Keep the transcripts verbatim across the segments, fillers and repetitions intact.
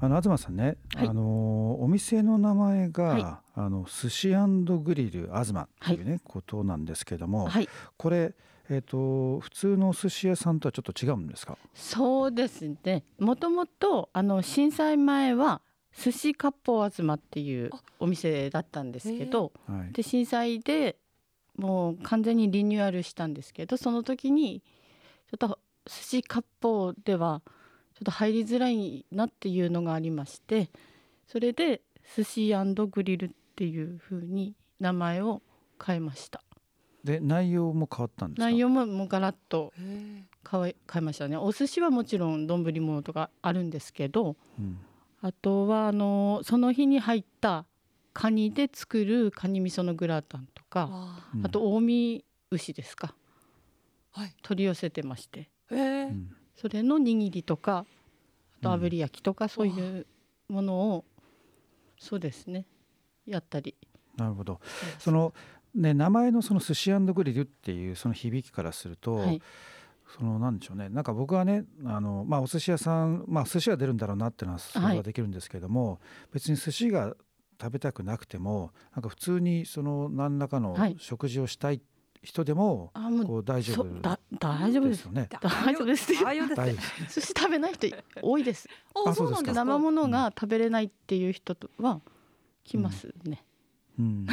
あの東さんね、 はい、 あのお店の名前が、はい、あの寿司&グリル東っていうね、はい、ことなんですけども、はい、これ、えーと、普通のお寿司屋さんとはちょっと違うんですか？ そうですね、もともとあの震災前は寿司割烹東っていうお店だったんですけど、はい、で震災でもう完全にリニューアルしたんですけど、その時にちょっと寿司割烹ではちょっと入りづらいなっていうのがありまして、それで寿司&グリルっていう風に名前を変えました。 で内容も変わったんですか？ 内容ももうガラッと変え、変えましたね。お寿司はもちろん丼物とかあるんですけど、うん、あとはあのその日に入ったカニで作るカニ味噌のグラタンとか、あと近江牛ですか、はい、取り寄せてまして、へー、それの握りとか、あと炙り焼きとか、そういうものを、うん、そうですね、やったり。 なるほど。そのね、名前のその寿司&グリルっていうその響きからすると、はい、そのなんでしょうね、なんか僕はね、あの、まあ、お寿司屋さん、まあ、寿司は出るんだろうなっていうのは想像ができるんですけども、はい、別に寿司が食べたくなくてもなんか普通にその何らかの食事をしたい人でもこう大丈夫ですよね。 大丈夫ですよ。寿司食べない人多いです。あ、そうですか。生ものが食べれないっていう人は来ますね。うんうん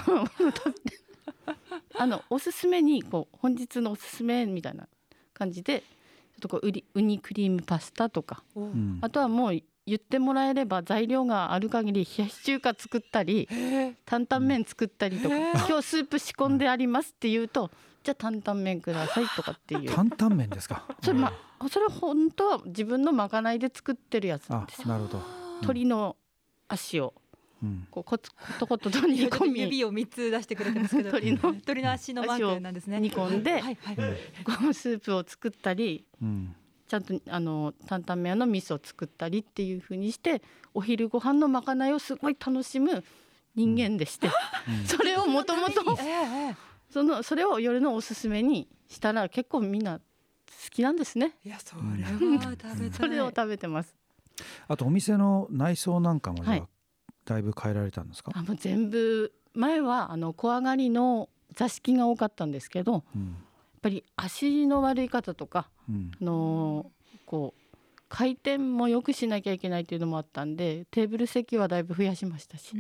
あのおすすめにこう本日のおすすめみたいな感じでちょっとこうウリウニクリームパスタとか、うん、あとはもう言ってもらえれば材料がある限り冷やし中華作ったり担々麺作ったりとか、今日スープ仕込んでありますって言うと、じゃあ担々麺くださいとかっていう。 担々麺ですか？ それ、ま、それ本当は自分のまかないで作ってるやつなんですよ。 なるほど。 鶏の足をうん、こうコツコトコトと煮込み指をみっつ出してくれてますけど鳥の鳥の足のマークなんですね。 煮込んで、はいはい、このスープを作ったり、うん、ちゃんとあの担々麺の味噌を作ったりっていう風にしてお昼ご飯のまかないをすごい楽しむ人間でして、うん、それをもともとそのそれを夜のおすすめにしたら結構みんな好きなんですね。 いや、それは食べたい。 それを食べてます。 あとお店の内装なんかも、はい、だいぶ変えられたんですか？ あ、もう全部。前はあの小上がりの座敷が多かったんですけど、うん、やっぱり足の悪い方とか、うん、のこう回転もよくしなきゃいけないっていうのもあったんで、テーブル席はだいぶ増やしましたし、うん、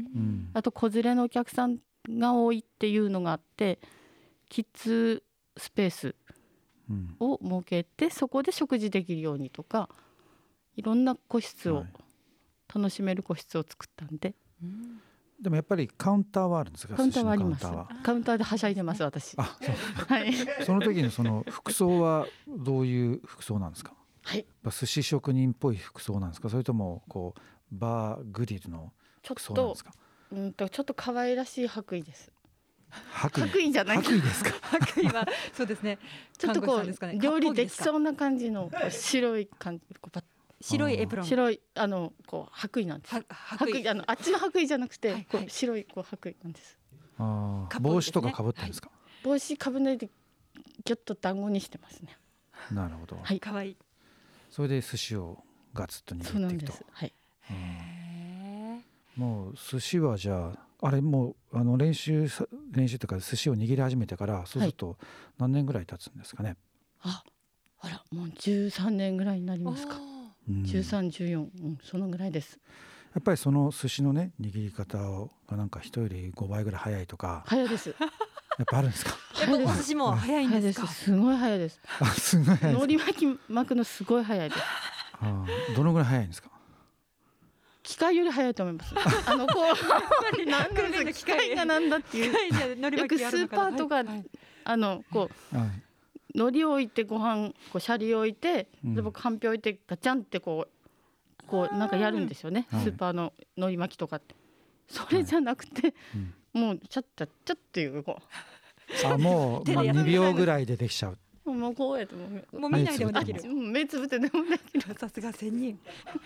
あと子連れのお客さんが多いっていうのがあって、キッズスペースを設けて、そこで食事できるようにとか、いろんな個室を、はい、楽しめる個室を作ったんで、うん、 でもやっぱりカウンターはあるんですか？ カウンターはあります。カウンターではしゃいでます私。あ、そうはい、 その時にその服装はどういう服装なんですか？はい、寿司職人っぽい服装なんですか？それともこうバーグリルの服装なんですか？ ちょっと、うんとちょっと可愛らしい白衣です。 白衣、 白衣じゃない。 白衣ですか？ 白衣はそうですね。 ちょっとこう、ね、料理できそうな感じの白い感じ、こうパッ白いエプロン、 白いあのこう白衣なんです。白衣、あのあっちの白衣じゃなくて、はいはい、こう白いこう白衣なんです。 あ、帽子とか被ってるんですか？ はい、帽子かぶないでギュッと団子にしてますね。 なるほど。 はい、 可愛い。 それで寿司をガツッと握っていくと。そうなんです。はい。へー、もう寿司はじゃああれもうあの練習練習というか寿司を握り始めてからそうすると何年ぐらい経つんですかね？ はい、あ、あらもうじゅうさんねんぐらいになりますか。じゅうさん、じゅうよん、うん、そのぐらいです。 やっぱりその寿司のね握り方がなんか人よりごばいぐらい早いとか。 早いです。 やっぱあるんですか？ やっぱお寿司も早いんですか？ す, すごい早いです。 あ、すごい早いです。 海苔巻き巻くのすごい早いです。 あ、どのぐらい早いんですか？ 機械より早いと思います。あのこうなんだ機械がなんだっていう。よくスーパーとか、はいはい、あのこう。はい、海苔を置いてご飯こうシャリを置いて、うん、でかんぴょう置いてガチャンってこうこうなんかやるんですよね、はい、スーパーの海苔巻きとかって。それじゃなくて、はい、うん、もうちょっとちょっというこうあもう、まあ、にびょうぐらいでできちゃう。 もうこうやってもうもう見ないでもできる。 目つぶってでもできる。 さすが仙人。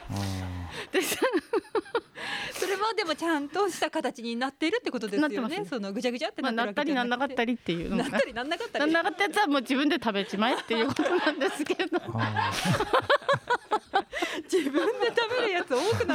それはでもちゃんとした形になっているってことですよね。そのぐちゃぐちゃってなってるわけじゃなくて、 まあ、なったりなんなかったりっていうのがなったりなんなかったりなんなかったやつはもう自分で食べちまえっていうことなんですけど自分で食べるやつ多くなら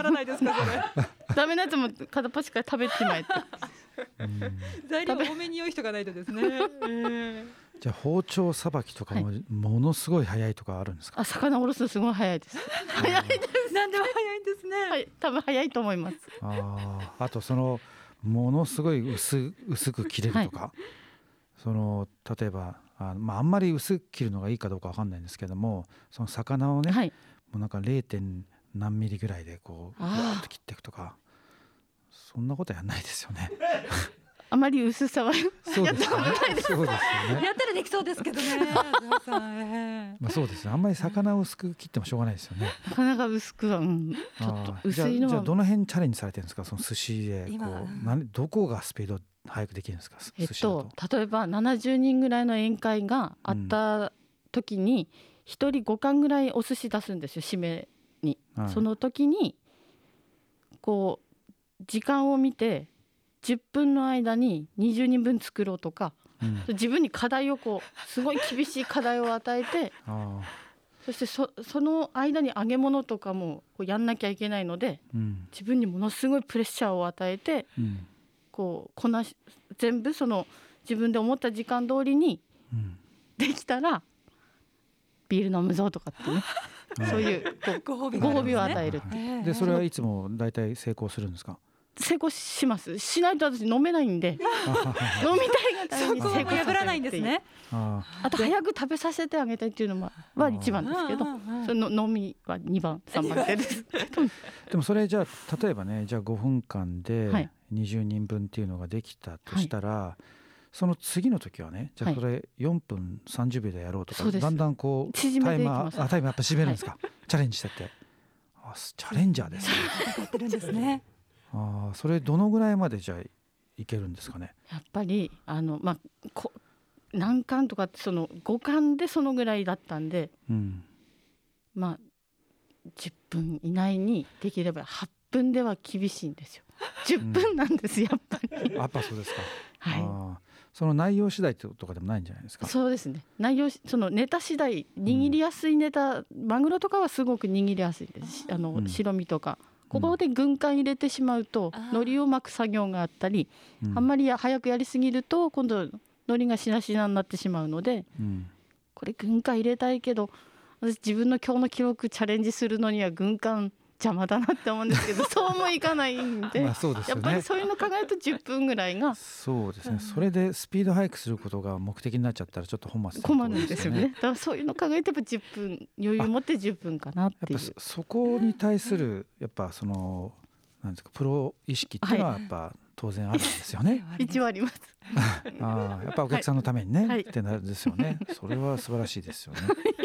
らないですかそれダメなやつも片っ端から食べてしまえって材料多めに用意しとかないとですね、えー、 じゃあ包丁さばきとかもものすごい早いとかあるんですか？ あ、魚おろすのすごい早いです早いです何でも早いんですね、 はい、多分早いと思います。 ああとそのものすごい 薄, 薄く切れるとか、はい、その例えばあ、まあ、あんまり薄く切るのがいいかどうか分かんないんですけども、その魚をね、はい、もうなんか れい. 何ミリぐらいでこうガーッと切っていくとか、そんなことやんないですよねあまり薄さはそうですよね。そうですよね。 やったらできそうですけどねまあそうですね。あんまり魚を薄く切ってもしょうがないですよね。 なかなか薄くは、うん、ちょっと薄いのは。 じゃあどの辺チャレンジされてるんですか、その寿司でこう何どこがスピード速くできるんですか？ えっと例えばななじゅうにんぐらいの宴会があった時にひとりごかんぐらいお寿司出すんですよ、締めに、はい、その時にこう時間を見てじゅっぷんの間ににじゅうにんぶん作ろうとか、うん、自分に課題をこうすごい厳しい課題を与えてあそして そ, その間に揚げ物とかもこうやんなきゃいけないので、うん、自分にものすごいプレッシャーを与えて、うん、こうこなし全部その自分で思った時間通りにできたらビール飲むぞとかってねそういうこうご褒美を与えるっていう。 でそれはいつも大体成功するんですか？ 成功します。しないと私飲めないんで飲みたいがために成功破らないんですね。 あと早く食べさせてあげたいっていうのは一番ですけど、その飲みはにばんさんばん手ですでもそれじゃあ例えばね、じゃあごふんかんでにじゅうにんぶんっていうのができたとしたら、はい、その次の時はね、じゃあそれよんぷんさんじゅうびょうでやろうとか、はい、だんだんこうタイマーあタイマーやっぱ縮めるんですか、はい、チャレンジしてってあチャレンジャーですねやってるんですね。 あそれどのぐらいまでじゃあいけるんですかね？ やっぱりあの、まあ、こ何巻とかってそのごかんでそのぐらいだったんで、うん、まあじゅっぷん以内にできればはっぷんでは厳しいんですよ。じゅっぷんなんです、うん、やっぱりやっぱそうですか。 はい、 あその内容次第とかでもないんじゃないですか？ そうですね、内容そのネタ次第握りやすいネタ、うん、マグロとかはすごく握りやすいです。あの、うん、白身とかここで軍艦入れてしまうと、うん、海苔を巻く作業があったり、うん、あんまり早くやりすぎると今度海苔がしなしなになってしまうので、うん、これ軍艦入れたいけど私自分の今日の記録チャレンジするのには軍艦邪魔だなって思うんですけどそうもいかないんでまあそうですよね、 やっぱりそういうの考えるとじゅっぷんぐらいがそうですね、うん、それでスピード速くすることが目的になっちゃったらちょっと本末困るんですよね。だからそういうの考えてじゅっぷん余裕持ってじゅっぷんかなっていう。 やっぱそこに対するやっぱそのなんですかプロ意識っていうのはやっぱ当然あるんですよね、 はい、一応ありますあやっぱお客さんのためにね、はい、ってなるんですよね。それは素晴らしいですよね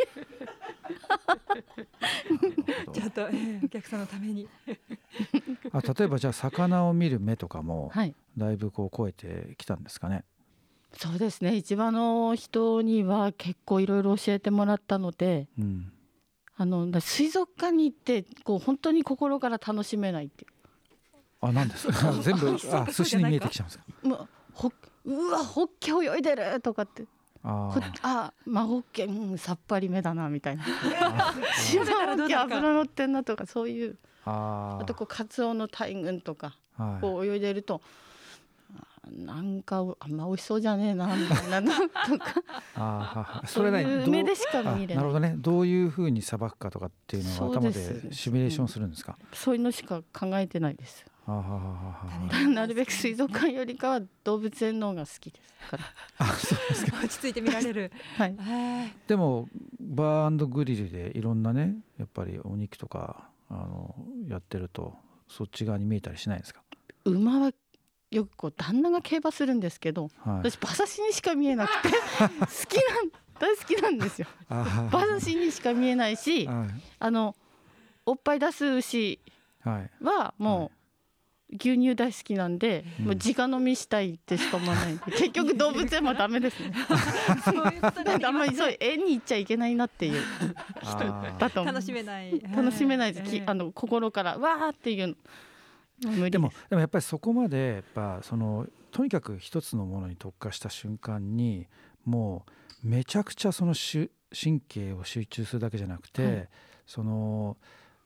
ちょっと、えー、お客さんのためにあ例えばじゃあ魚を見る目とかもだいぶこう超えてきたんですかね？はい、 そうですね、市場の人には結構いろいろ教えてもらったので、うん、あの水族館に行ってこう本当に心から楽しめないっていう。 あなんですか全部あ寿司に見えてきちゃうんですか？ もうほうわホッケ泳いでるとかってああマホッケ、うん、さっぱりめだなみたいな島ホッケ脂乗ってんなとかそういう あ, あとこうカツオの大群とか、はい、こう泳いでるとなんかあんま美味しそうじゃねえなみたいなのとかあそれね目でしか見れない。 なるほどね、どういうふうにさばくかとかっていうのを頭でシミュレーションするんですか？ そう、うん、そういうのしか考えてないです。あはははなるべく水族館よりかは動物園の方が好きですからあそうですか落ち着いて見られる、 はい、 でもバー&グリルでいろんなねやっぱりお肉とかあのやってるとそっち側に見えたりしないですか？ 馬はよくこう旦那が競馬するんですけど、はい、私馬刺しにしか見えなくて好きなん大好きなんですよ馬刺しにしか見えないし、はい、あのおっぱい出す牛はもう、はい牛乳大好きなんで、うん、もう直飲みしたいってしか思わないんで結局動物園もダメですねそういうことあんまりそう絵に行っちゃいけないなっていう人だと思う。 楽しめない楽しめないです、えー、あの心からわーっていうの無理です。 でも、でもやっぱりそこまでやっぱそのとにかく一つのものに特化した瞬間にもうめちゃくちゃその神経を集中するだけじゃなくて、はい、その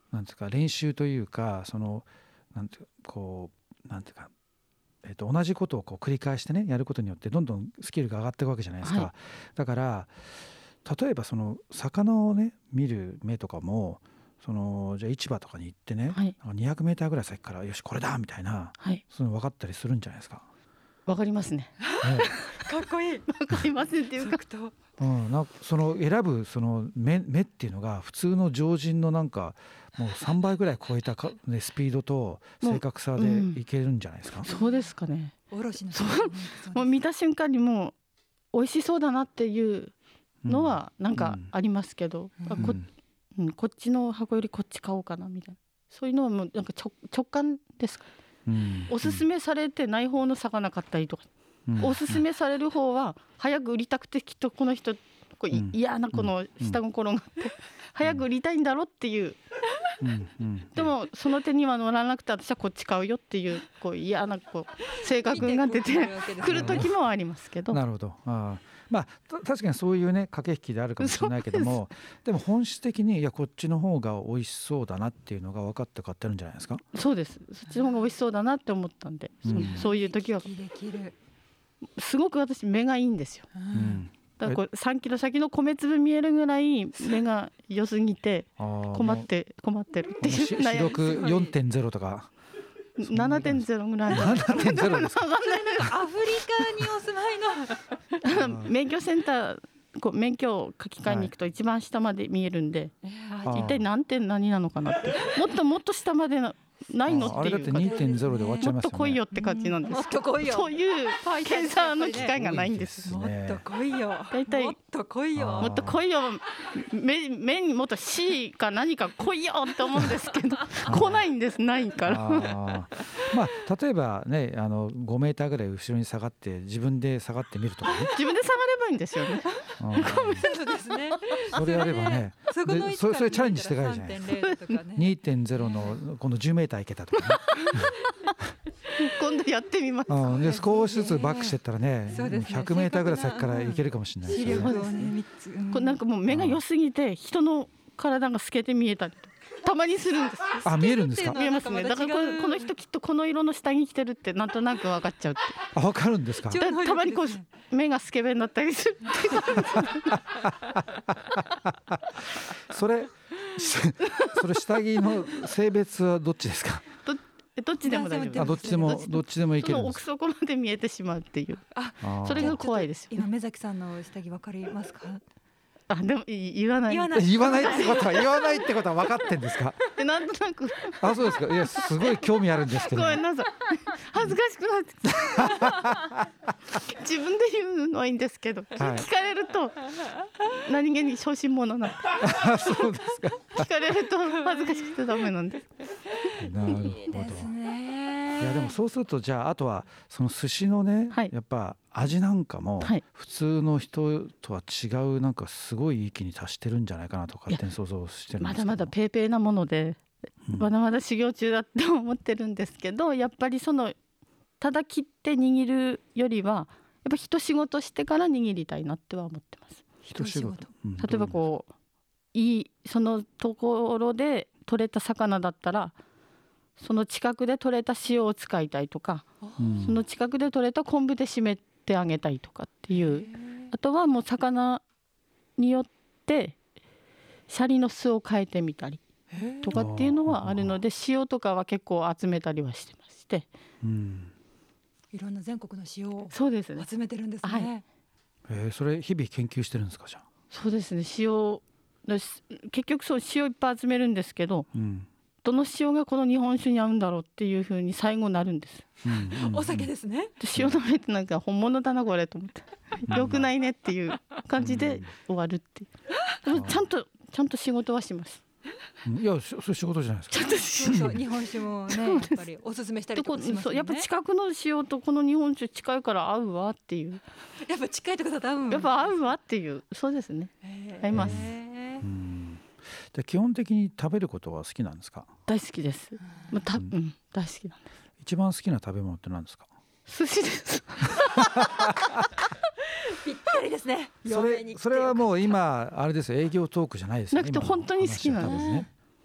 なんていうか練習というかそのなんていうこうなんていうか、えー、と同じことをこう繰り返してねやることによってどんどんスキルが上がっていくわけじゃないですか、はい、だから例えばその魚をね見る目とかもそのじゃあ市場とかに行ってね、はい、にひゃくメーターぐらい先からよしこれだみたいな、はい、そういうの分かったりするんじゃないですか。 分かりますね。 ねかっこいい。 分かりますっていうか、 うん、なんかその選ぶその 目, 目っていうのが普通の常人のなんかもうさんばいぐらい超えたか、ね、スピードと正確さでいけるんじゃないですか。 うん、そうですかね。 おろしのそうもう見た瞬間にもう美味しそうだなっていうのはなんかありますけど、うんこうん、こっちの箱よりこっち買おうかなみたいな、そういうのはもうなんか 直, 直感ですか、うん、おすすめされてない方の魚買ったりとか、うん、おすすめされる方は早く売りたくてきっとこの人こう嫌、うん、なこの下心があって、うん、早く売りたいんだろっていう、うんうん、でもその手には乗らなくて私はこっち買うよっていうこう嫌なこう性格が出てくる時もありますけど。 なるほど。あまあ、確かにそういうね駆け引きであるかもしれないけども で, でも本質的にいやこっちの方が美味しそうだなっていうのが分かって買ってるんじゃないですか。 そうです。そっちの方が美味しそうだなって思ったんで、うん、そ, そういう時はすごく私目がいいんですよ、うん、だからこうさんキロ先の米粒見えるぐらい目が良すぎて困って困ってるっていう視力 よんてんゼロ とかななてんゼロ ぐらいななてんゼロ ですか。 アフリカにお住まいの免許センターこう免許を書き換えに行くと一番下まで見えるんで、はい、一体何点何なのかなってもっともっと下までなないのっていうか、 あれだって にてんゼロ で終わっちゃいますよね。 もっと来いよって感じなんです。 もっと来いよ。 そういう検査の機会がないんです。 もっと来いよ。 だいたいもっと来いよ。 もっと来いよ。目目にもっと C か何か来いよって思うんですけど来ないんです。ないから。 あまあ例えばねあのごメーターぐらい後ろに下がって自分で下がってみるとかね。 自分で下がればいいんですよね。 そうですね。 それやればね。 そこのそれそれチャレンジしてからじゃないですか。にてんゼロ の今度じゅうメーターいけたとかね。 今度やってみます。 うん、で少しずつバックしてったらね、ねひゃくメーターぐらい先からいけるかもしれないですよね。 これなんかもう目が良すぎて人の体が透けて見えたりたまにするんです。 あ、見えるんですか。 見えますね。だからこの人きっとこの色の下着着てるってなんとなく分かっちゃうって。 あ、分かるんですか。 たまにこう目がスケベになったりするそれそれ下着の性別はどっちですか。 どどっちでも大丈夫です。 あ、どっちでもどっちでもいけるんです。 その奥底まで見えてしまうっていう。あ、それが怖いですよ、ね。 今目崎さんの下着分かりますか。 あ、でも言わない言わない言わないってことは言わないってことは分かってんですか。 なんとなく。 あ、そうですか。いや、すごい興味あるんですけど。 ごめんなさい。恥ずかしくなって自分で言うのはいいんですけど、はい、聞かれると何気に小心者なんで。 あ、そうですか。 聞かれると恥ずかしくてダメなんです。 なるほど。いいですね。いやでもそうするとじゃああとはその寿司のね、はい、やっぱ味なんかも普通の人とは違うなんかすごい域に達してるんじゃないかなと勝手に想像してるんですけど。 まだまだペーペーなもので、うん、まだまだ修行中だって思ってるんですけど、やっぱりそのただ切って握るよりはやっぱ一仕事してから握りたいなっては思ってます。 一仕事、 うん、例えばこういいそのところで取れた魚だったらその近くで取れた塩を使いたいとか、うん、その近くで取れた昆布で締めてあげたいとかっていう、あとはもう魚によってシャリの酢を変えてみたりとかっていうのはあるので、塩とかは結構集めたりはしてまして、 うん、いろんな全国の塩をそうですね、 集めてるんですね。はい、 えー、それ日々研究してるんですか。じゃあそうですね、塩結局そう塩いっぱい集めるんですけど、うん、どの塩がこの日本酒に合うんだろうっていう風に最後なるんです、 うんうんうん、お酒ですね。 塩の上ってなんか本物だなこれと思って良くないねっていう感じで終わるっていう、でもちゃんとちゃんと仕事はします。 いや、それ仕事じゃないですか。 そうそう、日本酒もねやっぱりおすすめしたりとかしますよね。 やっぱ近くの塩とこの日本酒近いから合うわっていう、 やっぱ近いところだと合う、 やっぱ合うわっていう、そうですね、合います。 うん、で基本的に食べることは好きなんですか。 大好きです、まあたうん、大好きなんです。 一番好きな食べ物って何ですか。 寿司ですぴったりですね。 それ、それはもう今あれですよ、営業トークじゃないですよね。 なくて本当に好きなんですね。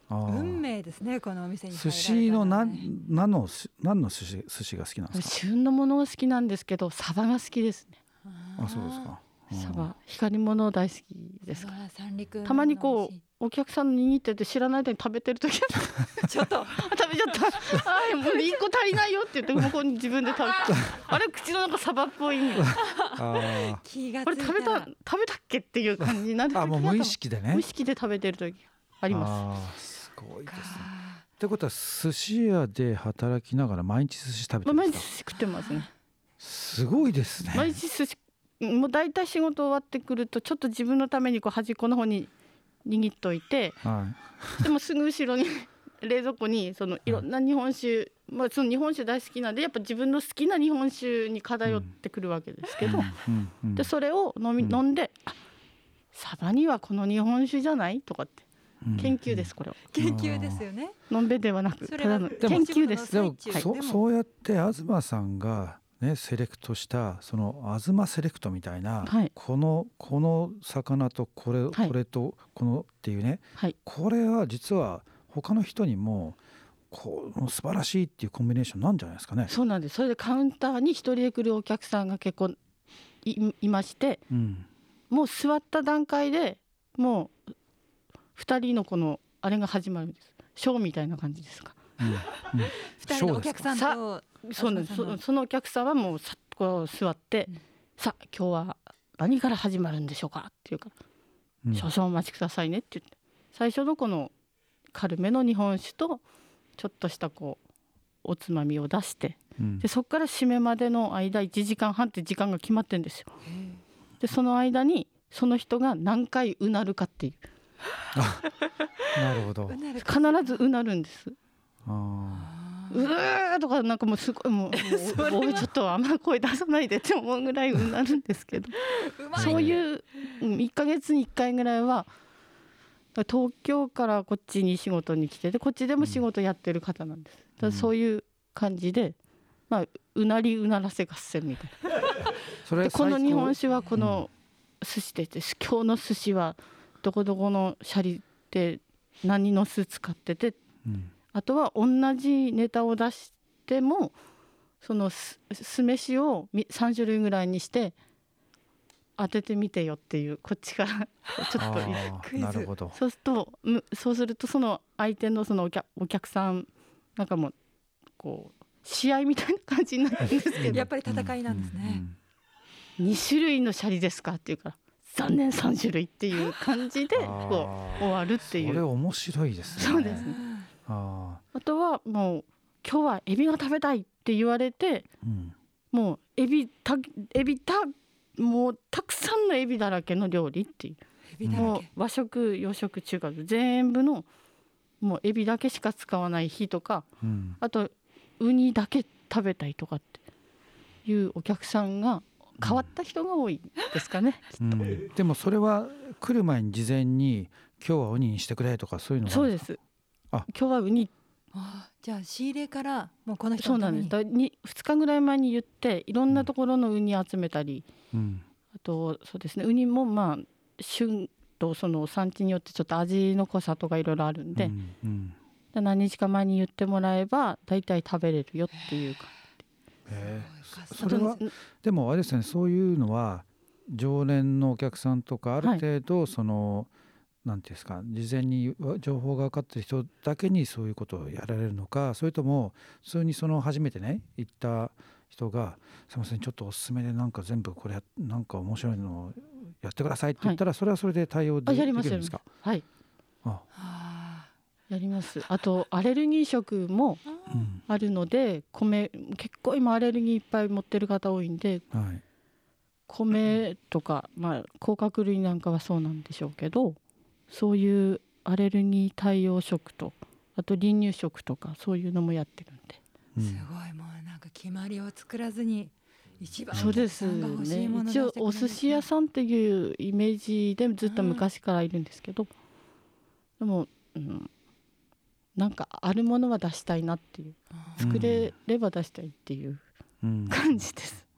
運命ですね、このお店に入られた寿司の何何の何の寿司寿司が好きなんですか？ 旬のものが好きなんですけど、サバが好きですね。 あ、そうですか。 サバ、光り物大好きですか。たまにこうお客さんの握ってて知らない間に食べてる時ちょっと食べちゃったあ、もういっこ足りないよって言って向こうに自分で食べてあれ口の中サバっぽいあ気がついたらこれ食べた食べたっけっていう感じになる時あ、もう無意識でね。 無意識で食べてる時あります。 あ、すごいですね。ってことは寿司屋で働きながら毎日寿司食べてるん毎日ですか？ 寿司食ってますね。 すごいですね。 毎日寿司、もうだいたい仕事終わってくるとちょっと自分のためにこう端っこの方に握っといて、 はい、でもすぐ後ろに冷蔵庫にそのいろんな日本酒、はい、まあ、その日本酒大好きなんでやっぱ自分の好きな日本酒に漂ってくるわけですけど、うんうんうん、でそれを飲み、うん、飲んで、あ、サバにはこの日本酒じゃないとかって研究です、これは研究ですよね。 のんべではなくただの研究です。 でも、はい、そ, そうやって東さんがね、セレクトしたその東セレクトみたいな、はい、このこの魚とこれ、はい、これとこのっていうね、はい、これは実は他の人にもこの素晴らしいっていうコンビネーションなんじゃないですかね。 そうなんです。それでカウンターに一人で来るお客さんが結構 い, いまして、うん、もう座った段階でもうふたりのこのあれが始まるんです。ショーみたいな感じですか、うんうん、 ふたりのお客さんとそうなんです。 そ, そのお客さんはもうさっとこう座って、うん、さあ今日は何から始まるんでしょうかっていうから、うん、少々お待ちくださいねって言って最初のこの軽めの日本酒とちょっとしたこうおつまみを出して、うん、でそこから締めまでの間いちじかんはんって時間が決まってるんですよ。でその間にその人が何回うなるかっていうあ、なるほど、 必ずうなるんです。あうーとかなんかもうすごいもうもうちょっとあんま声出さないでって思うぐらいうなるんですけどそういういっかげつにいっかいぐらいは東京からこっちに仕事に来ててこっちでも仕事やってる方なんです。だそういう感じで、まあ、うなりうならせ合戦みたいなそれでこの日本酒はこの寿司で、うん、今日の寿司はどこどこのシャリで何の酢使ってて、うん、あとは同じネタを出してもその酢飯をさん種類ぐらいにして当ててみてよっていうこっちからちょっとクイズ。なるほど。そうするとそうするとその相手のそのお客、お客さんなんかもうこう試合みたいな感じになるんですけどやっぱり戦いなんですね、うんうん、に種類のシャリですかっていうから残念さん種類っていう感じでこう終わるっていう。 それ面白いですね。 そうですね。あ, あとはもう今日はエビが食べたいって言われて、うん、もうエビたエビたもうたくさんのエビだらけの料理っていうエビだらけもう和食洋食中華全部のもうエビだけしか使わない日とか、うん、あとウニだけ食べたいとかっていうお客さんが変わった人が多いですかね、 うん、きっと、うん、でもそれは来る前に事前に今日はウニにしてくれとかそういうのがそうです。あ今日はウニあじゃあ仕入れからもうこの人のためにそうなんです。ふつかぐらい前に言っていろんなところのウニ集めたり、うん、あとそうですねウニもまあ旬とその産地によってちょっと味の濃さとかいろいろあるんで、うんうん、何日か前に言ってもらえばだいたい食べれるよっていうか。 へーそれはでもあれですねそういうのは常連のお客さんとかある程度その、はいなんていうんですか事前に情報が分かってる人だけにそういうことをやられるのかそれとも普通にその初めてね行った人がすいませんちょっとおすすめでなんか全部これなんか面白いのをやってくださいって言ったら、はい、それはそれで対応 で, できるんですか。 はいああやります。あとアレルギー食もあるので、うん、米結構今アレルギーいっぱい持ってる方多いんで、はい、米とか、まあ、甲殻類なんかはそうなんでしょうけどそういうアレルギー対応食とあと離乳食とかそういうのもやってるんで、 うん、すごいもうなんか決まりを作らずに一番そうですね一応お寿司屋さんっていうイメージでずっと昔からいるんですけど、うん、でも、うん、なんかあるものは出したいなっていう作れれば出したいっていう感じです、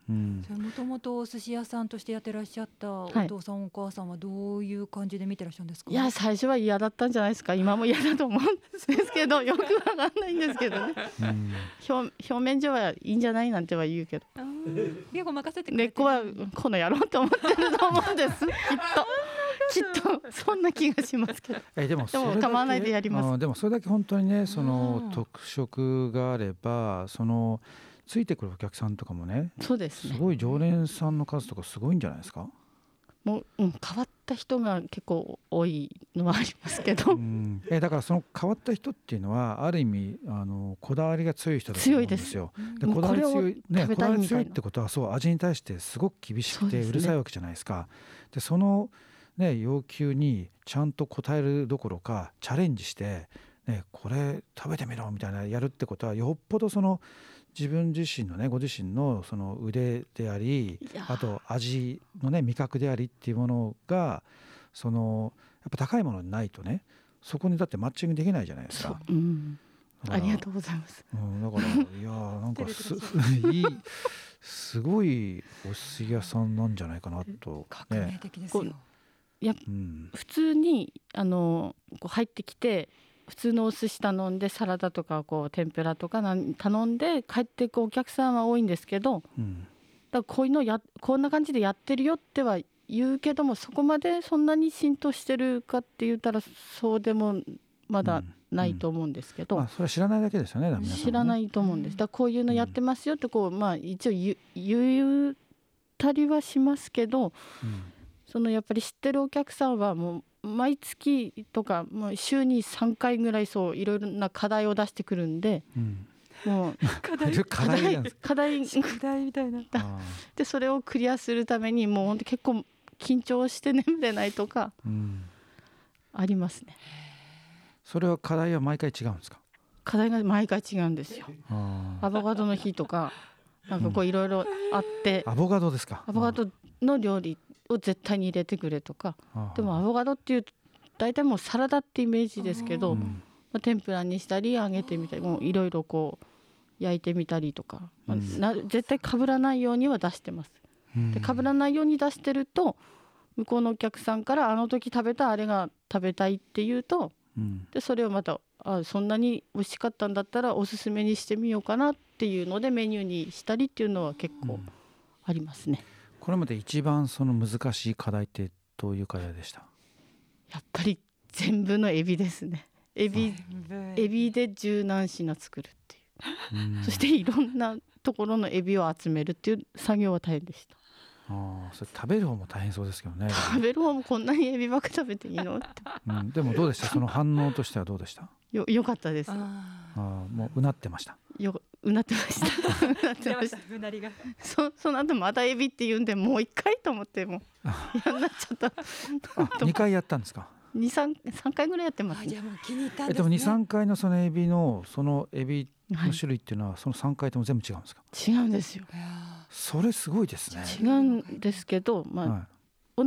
もともとお寿司屋さんとしてやってらっしゃったお父さん、はい、お母さんはどういう感じで見てらっしゃるんですか？ いや最初は嫌だったんじゃないですか。今も嫌だと思うんですけどよくわかんないんですけどね、うん、表, 表面上はいいんじゃないなんては言うけどレゴ任せてくれて根っこはこの野郎と思ってると思うんですきっときっとそんな気がしますけどえでもでも構わないでやります。 あでもそれだけ本当にねその特色があればそのついてくるお客さんとかもね、 そうですね、 すごい常連さんの数とかすごいんじゃないですか？ もう、うん、変わった人が結構多いのはありますけど、うん、 えだからその変わった人っていうのはある意味あのこだわりが強い人だと思うんですよ。 強いです。 でこだわり強い、ね、こだわり強いってことはそう味に対してすごく厳しくてうるさいわけじゃないですか。でその、ね、要求にちゃんと応えるどころかチャレンジして、ね、これ食べてみろみたいなやるってことはよっぽどその自分自身のねご自身のその腕でありあと味のね味覚でありっていうものがそのやっぱ高いものにないとねそこにだってマッチングできないじゃないですか。 うん、ありがとうございます、 うん、だからいやなんか す, いいすごいお寿司屋さんなんじゃないかなと、 ね、革命的ですよ。 いや、うん、普通にあのこう入ってきて普通のお寿司頼んでサラダとかこう天ぷらとかなん頼んで帰っていくお客さんは多いんですけど、うん、だからこういうのやこんな感じでやってるよっては言うけどもそこまでそんなに浸透してるかって言ったらそうでもまだないと思うんですけど、 うんうんまあ、それは知らないだけですよね。ね知らないと思うんです。だからこういうのやってますよってこう、まあ、一応 言, 言ったりはしますけど、うん、そのやっぱり知ってるお客さんはもう毎月とかもう週にさんかいぐらいそういろいろな課題を出してくるんで、うん、もう課題課題課題課題みたいなでそれをクリアするためにもう本当結構緊張して眠れないとかありますね、うん、 それは課題は毎回違うんですか？ 課題が毎回違うんですよ。アボカドの日とかなんかこういろいろあって、 うん、アボカドですか？ アボカドの料理を絶対に入れてくれとか、でもアボカドっていうと大体もうサラダってイメージですけど、まあ、天ぷらにしたり揚げてみたりもういろいろこう焼いてみたりとか、まあ、な絶対かぶらないようには出してます。でかぶらないように出してると向こうのお客さんからあの時食べたあれが食べたいっていうと、でそれをまたあそんなに美味しかったんだったらおすすめにしてみようかなっていうのでメニューにしたりっていうのは結構ありますね。 これまで一番その難しい課題ってどういう課題でした？ やっぱり全部のエビですね。エビ、エビで十何品作るっていう、うそしていろんなところのエビを集めるっていう作業は大変でした。 あそれ食べる方も大変そうですけどね。 食べる方もこんなにエビばっか食べていいのって、 うん、でもどうでした？その反応としてはどうでした？ よ、よかったです。 ああもううなってました。 ようなってました。うなってました。 うなりが。 そその後またエビって言うんでもう一回と思ってもやんなっちゃった。 あにかいやったんですか？ にさんかいぐらいやってます、ね。 じゃあもう気に入ったんですね。 えでもにさんかいのそのエビのそのエビの種類っていうのは、はい、そのさんかいとも全部違うんですか？ 違うんですよ。 それすごいですね。 違うんですけど、まあはい、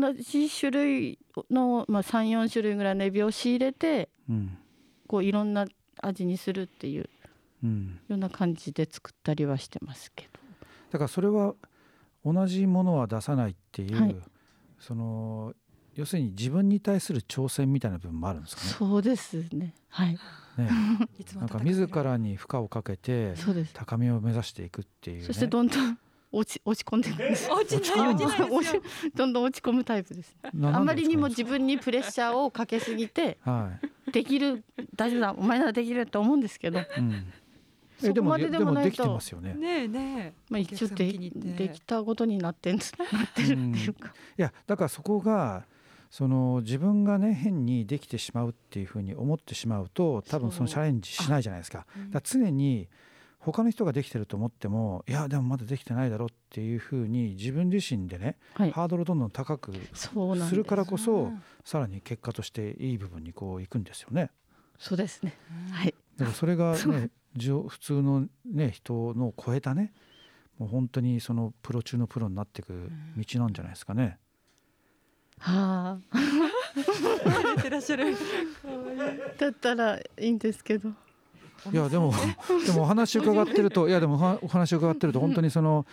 同じ種類の、まあ、さん、よん種類ぐらいのエビを仕入れて、うん、こういろんな味にするっていう、うん、ような感じで作ったりはしてますけど。 だからそれは同じものは出さないっていう、はい、その要するに自分に対する挑戦みたいな部分もあるんですかね。 そうですね。はい。 ね、なんか自らに負荷をかけて高みを目指していくっていう、ね、 そしてどんどん落ち落ち込んでいくんです。 落ちない落ちないですよ。 どんどん落ち込むタイプです。あまりにも自分にプレッシャーをかけすぎて、はい、できる大丈夫だお前ならできると思うんですけど、うん、そこまででもないとでもできてますよね。 ねえねえ、 まあ、一応 で, できたことになってんなってるっていうか、 いやだからそこがその自分がね変にできてしまうっていうふうに思ってしまうと多分そのチャレンジしないじゃないですか。だから常に他の人ができてると思ってもいやでもまだできてないだろうっていうふうに自分自身でね、はい、ハードルをどんどん高くするからこそさらに結果としていい部分にこういくんですよね。 そうですね、はい、 だからそれがね普通のね人の超えたねもう本当にそのプロ中のプロになっていく道なんじゃないですかね。 はあてらっしゃるだったらいいんですけど、 いやでもでもお話伺ってるといやでもお話伺ってると本当にその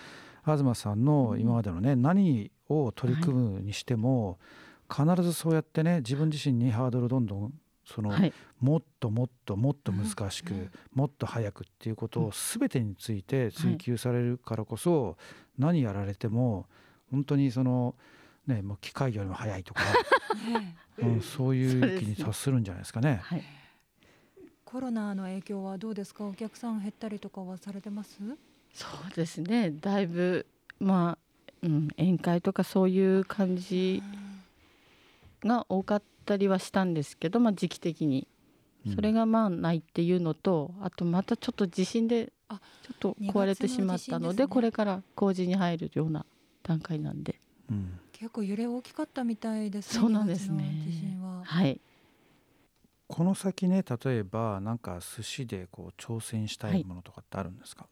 東さんの今までのね、うん、何を取り組むにしても、はい、必ずそうやってね自分自身にハードルをどんどんその、はい、もっともっともっと難しく、うん、もっと早くっていうことを全てについて追求されるからこそ、はい、何やられても本当にその、ね、もう機械よりも早いとか、うん、そういう域に達するんじゃないですかね。はい、 コロナの影響はどうですか？お客さん減ったりとかはされてます？ そうですね、だいぶ、まあうん、宴会とかそういう感じが多かったりはしたんですけど、まあ、時期的にそれがまあないっていうのと、あとまたちょっと地震でちょっと壊れてしまったので、これから工事に入るような段階なんで、 うん、結構揺れ大きかったみたいですね。 そうなんですね。 地震は、 はい、 この先ね、例えばなんか寿司でこう挑戦したいものとかってあるんですか？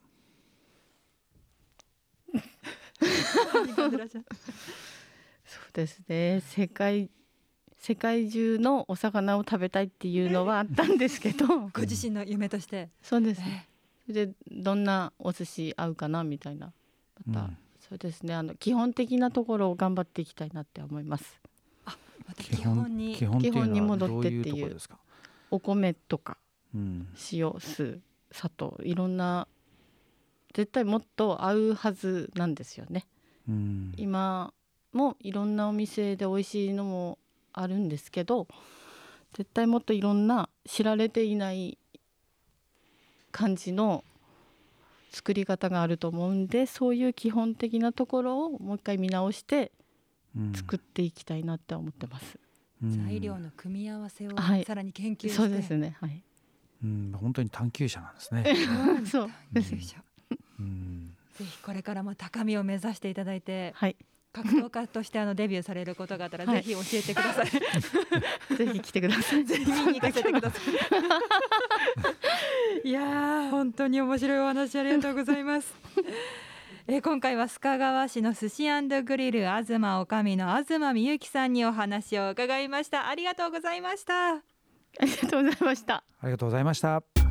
はい、そうですね、世界世界中のお魚を食べたいっていうのはあったんですけどご自身の夢として。 そうですね。それでどんなお寿司合うかなみたいな、また、うん、そうですね、あの基本的なところを頑張っていきたいなって思います。 あ、また基本に基本っていうのはどういうところですか？ お米とか、 うん、 塩、酢、砂糖、いろんな絶対もっと合うはずなんですよね。うん、今もいろんなお店で美味しいのもあるんですけど、絶対もっといろんな知られていない感じの作り方があると思うんで、そういう基本的なところをもう一回見直して作っていきたいなって思ってます。 うん、材料の組み合わせをさらに研究して、はい、 そうですね、はい、 うん、本当に探求者なんですね。 そう探求者、うん、ぜひこれからも高みを目指していただいて、はい、格闘家としてあのデビューされることがあったらぜひ教えてください、 はい、ぜひ来てください。 ぜひ見に行かせてください。いやー、本当に面白いお話ありがとうございます。えー、今回は須賀川市の寿司&グリル東女将の東美幸さんにお話を伺いました。ありがとうございました。 ありがとうございました。 ありがとうございました。